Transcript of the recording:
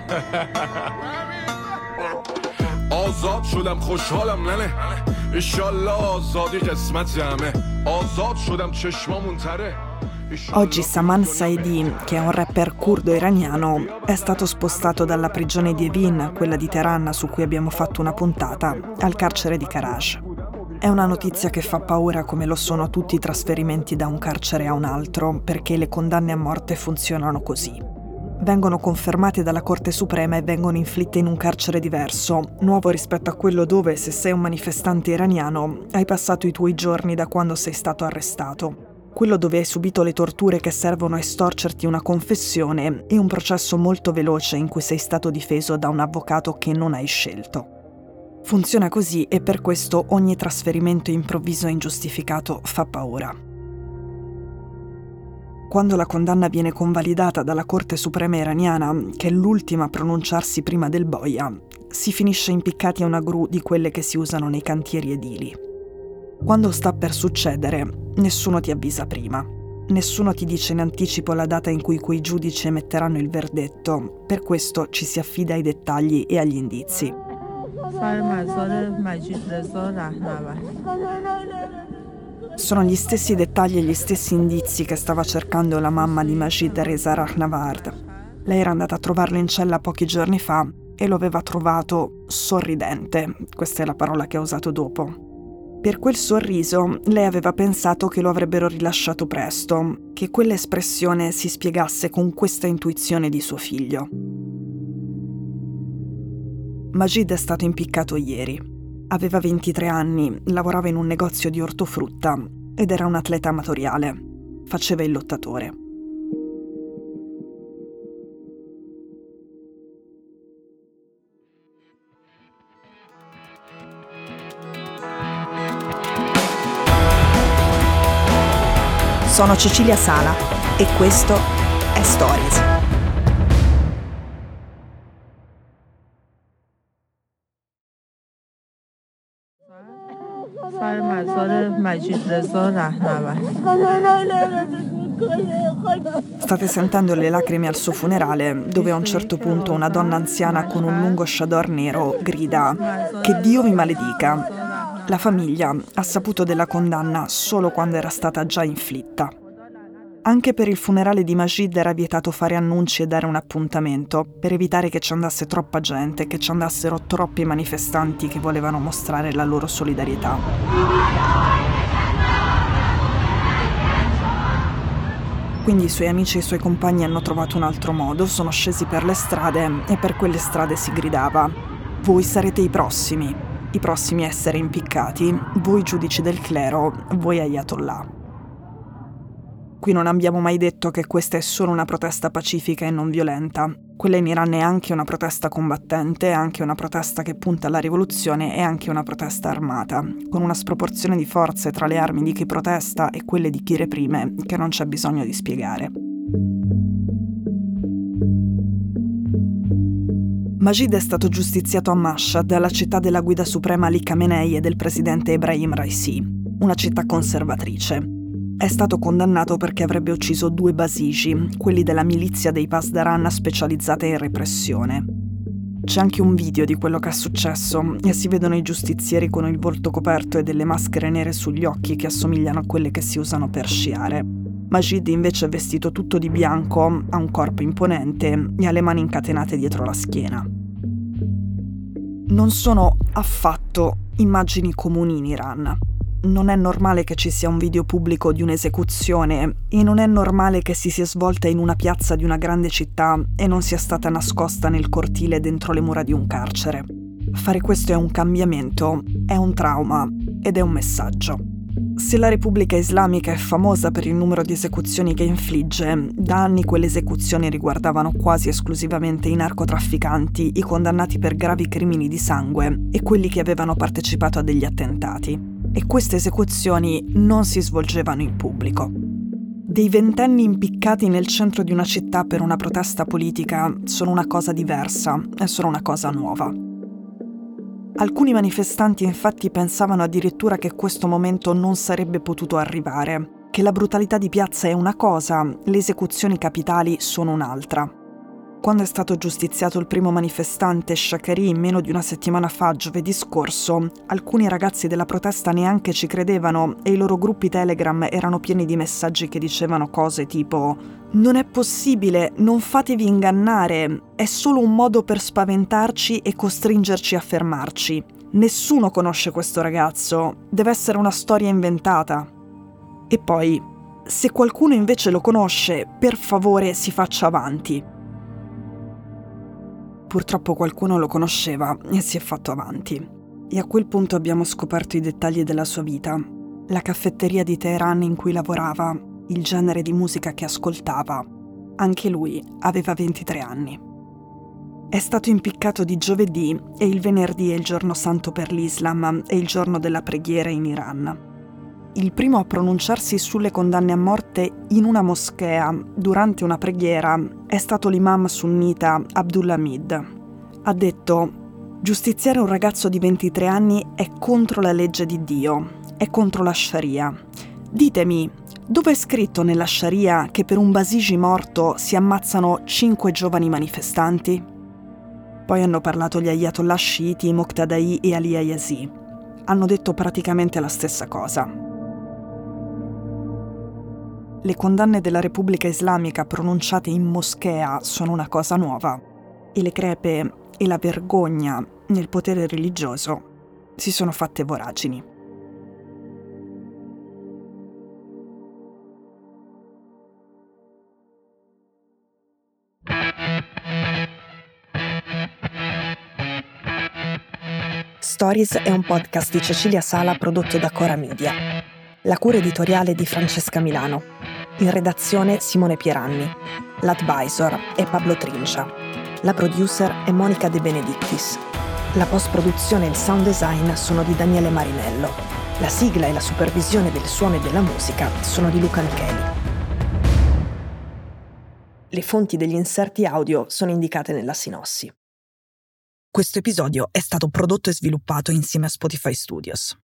آزاد شدم خوشحالم ننه ایشالله آزادی قسمتمه آزاد شدم چشمامون تره. Oggi Saman Saidi, che è un rapper curdo iraniano, è stato spostato dalla prigione di Evin, quella di Teheran su cui abbiamo fatto una puntata, al carcere di Karaj. È una notizia che fa paura, come lo sono tutti i trasferimenti da un carcere a un altro, perché le condanne a morte funzionano così. Vengono confermate dalla Corte Suprema e vengono inflitte in un carcere diverso, nuovo rispetto a quello dove, se sei un manifestante iraniano, hai passato i tuoi giorni da quando sei stato arrestato. Quello dove hai subito le torture che servono a estorcerti una confessione e un processo molto veloce in cui sei stato difeso da un avvocato che non hai scelto. Funziona così e per questo ogni trasferimento improvviso e ingiustificato fa paura. Quando la condanna viene convalidata dalla Corte Suprema iraniana, che è l'ultima a pronunciarsi prima del boia, si finisce impiccati a una gru di quelle che si usano nei cantieri edili. Quando sta per succedere, nessuno ti avvisa prima. Nessuno ti dice in anticipo la data in cui quei giudici emetteranno il verdetto. Per questo ci si affida ai dettagli e agli indizi. Sono gli stessi dettagli e gli stessi indizi che stava cercando la mamma di Majid Reza Rahnavard. Lei era andata a trovarlo in cella pochi giorni fa e lo aveva trovato sorridente. Questa è la parola che ha usato dopo. Per quel sorriso, lei aveva pensato che lo avrebbero rilasciato presto, che quell'espressione si spiegasse con questa intuizione di suo figlio. Majid è stato impiccato ieri. Aveva 23 anni, lavorava in un negozio di ortofrutta ed era un atleta amatoriale. Faceva il lottatore. Sono Cecilia Sala e questo è Stories. State sentendo le lacrime al suo funerale, dove a un certo punto una donna anziana con un lungo chador nero grida «Che Dio vi maledica!». La famiglia ha saputo della condanna solo quando era stata già inflitta. Anche per il funerale di Majid era vietato fare annunci e dare un appuntamento, per evitare che ci andasse troppa gente, che ci andassero troppi manifestanti che volevano mostrare la loro solidarietà. Quindi i suoi amici e i suoi compagni hanno trovato un altro modo, sono scesi per le strade e per quelle strade si gridava: «Voi sarete i prossimi a essere impiccati, voi giudici del clero, voi ayatollah». Qui non abbiamo mai detto che questa è solo una protesta pacifica e non violenta. Quella in Iran è anche una protesta combattente, è anche una protesta che punta alla rivoluzione e anche una protesta armata, con una sproporzione di forze tra le armi di chi protesta e quelle di chi reprime, che non c'è bisogno di spiegare. Majid è stato giustiziato a Mashhad, la città della guida suprema Ali Khamenei e del presidente Ebrahim Raisi, una città conservatrice. È stato condannato perché avrebbe ucciso 2 basiji, quelli della milizia dei Pasdaran specializzata in repressione. C'è anche un video di quello che è successo e si vedono i giustizieri con il volto coperto e delle maschere nere sugli occhi che assomigliano a quelle che si usano per sciare. Majid invece è vestito tutto di bianco, ha un corpo imponente e ha le mani incatenate dietro la schiena. Non sono affatto immagini comuni in Iran. Non è normale che ci sia un video pubblico di un'esecuzione e non è normale che si sia svolta in una piazza di una grande città e non sia stata nascosta nel cortile dentro le mura di un carcere. Fare questo è un cambiamento, è un trauma ed è un messaggio. Se la Repubblica Islamica è famosa per il numero di esecuzioni che infligge, da anni quelle esecuzioni riguardavano quasi esclusivamente i narcotrafficanti, i condannati per gravi crimini di sangue e quelli che avevano partecipato a degli attentati. E queste esecuzioni non si svolgevano in pubblico. Dei ventenni impiccati nel centro di una città per una protesta politica sono una cosa diversa, è solo una cosa nuova. Alcuni manifestanti infatti pensavano addirittura che questo momento non sarebbe potuto arrivare, che la brutalità di piazza è una cosa, le esecuzioni capitali sono un'altra. quando è stato giustiziato il primo manifestante, Sha'Carri, meno di una settimana fa, giovedì scorso, alcuni ragazzi della protesta neanche ci credevano e i loro gruppi Telegram erano pieni di messaggi che dicevano cose tipo «Non è possibile, non fatevi ingannare, è solo un modo per spaventarci e costringerci a fermarci. Nessuno conosce questo ragazzo, deve essere una storia inventata». E poi, se qualcuno invece lo conosce, per favore si faccia avanti. Purtroppo qualcuno lo conosceva e si è fatto avanti. E a quel punto abbiamo scoperto i dettagli della sua vita, la caffetteria di Teheran in cui lavorava, il genere di musica che ascoltava. Anche lui aveva 23 anni. È stato impiccato di giovedì e il venerdì è il giorno santo per l'Islam e il giorno della preghiera in Iran. Il primo a pronunciarsi sulle condanne a morte in una moschea durante una preghiera è stato l'imam sunnita Abdulhamid. Ha detto: giustiziare un ragazzo di 23 anni è contro la legge di Dio, è contro la Sharia. Ditemi, dove è scritto nella Sharia che per un Basiji morto si ammazzano 5 giovani manifestanti? Poi hanno parlato gli ayatollah sciiti, Moqtadai e Ali Ayasi. Hanno detto praticamente la stessa cosa. Le condanne della Repubblica Islamica pronunciate in moschea sono una cosa nuova e le crepe e la vergogna nel potere religioso si sono fatte voragini. Stories è un podcast di Cecilia Sala prodotto da Cora Media. La cura editoriale di Francesca Milano. In redazione Simone Pieranni. L'advisor è Pablo Trincia. La producer è Monica De Benedictis. La post-produzione e il sound design sono di Daniele Marinello. La sigla e la supervisione del suono e della musica sono di Luca Micheli. Le fonti degli inserti audio sono indicate nella sinossi. Questo episodio è stato prodotto e sviluppato insieme a Spotify Studios.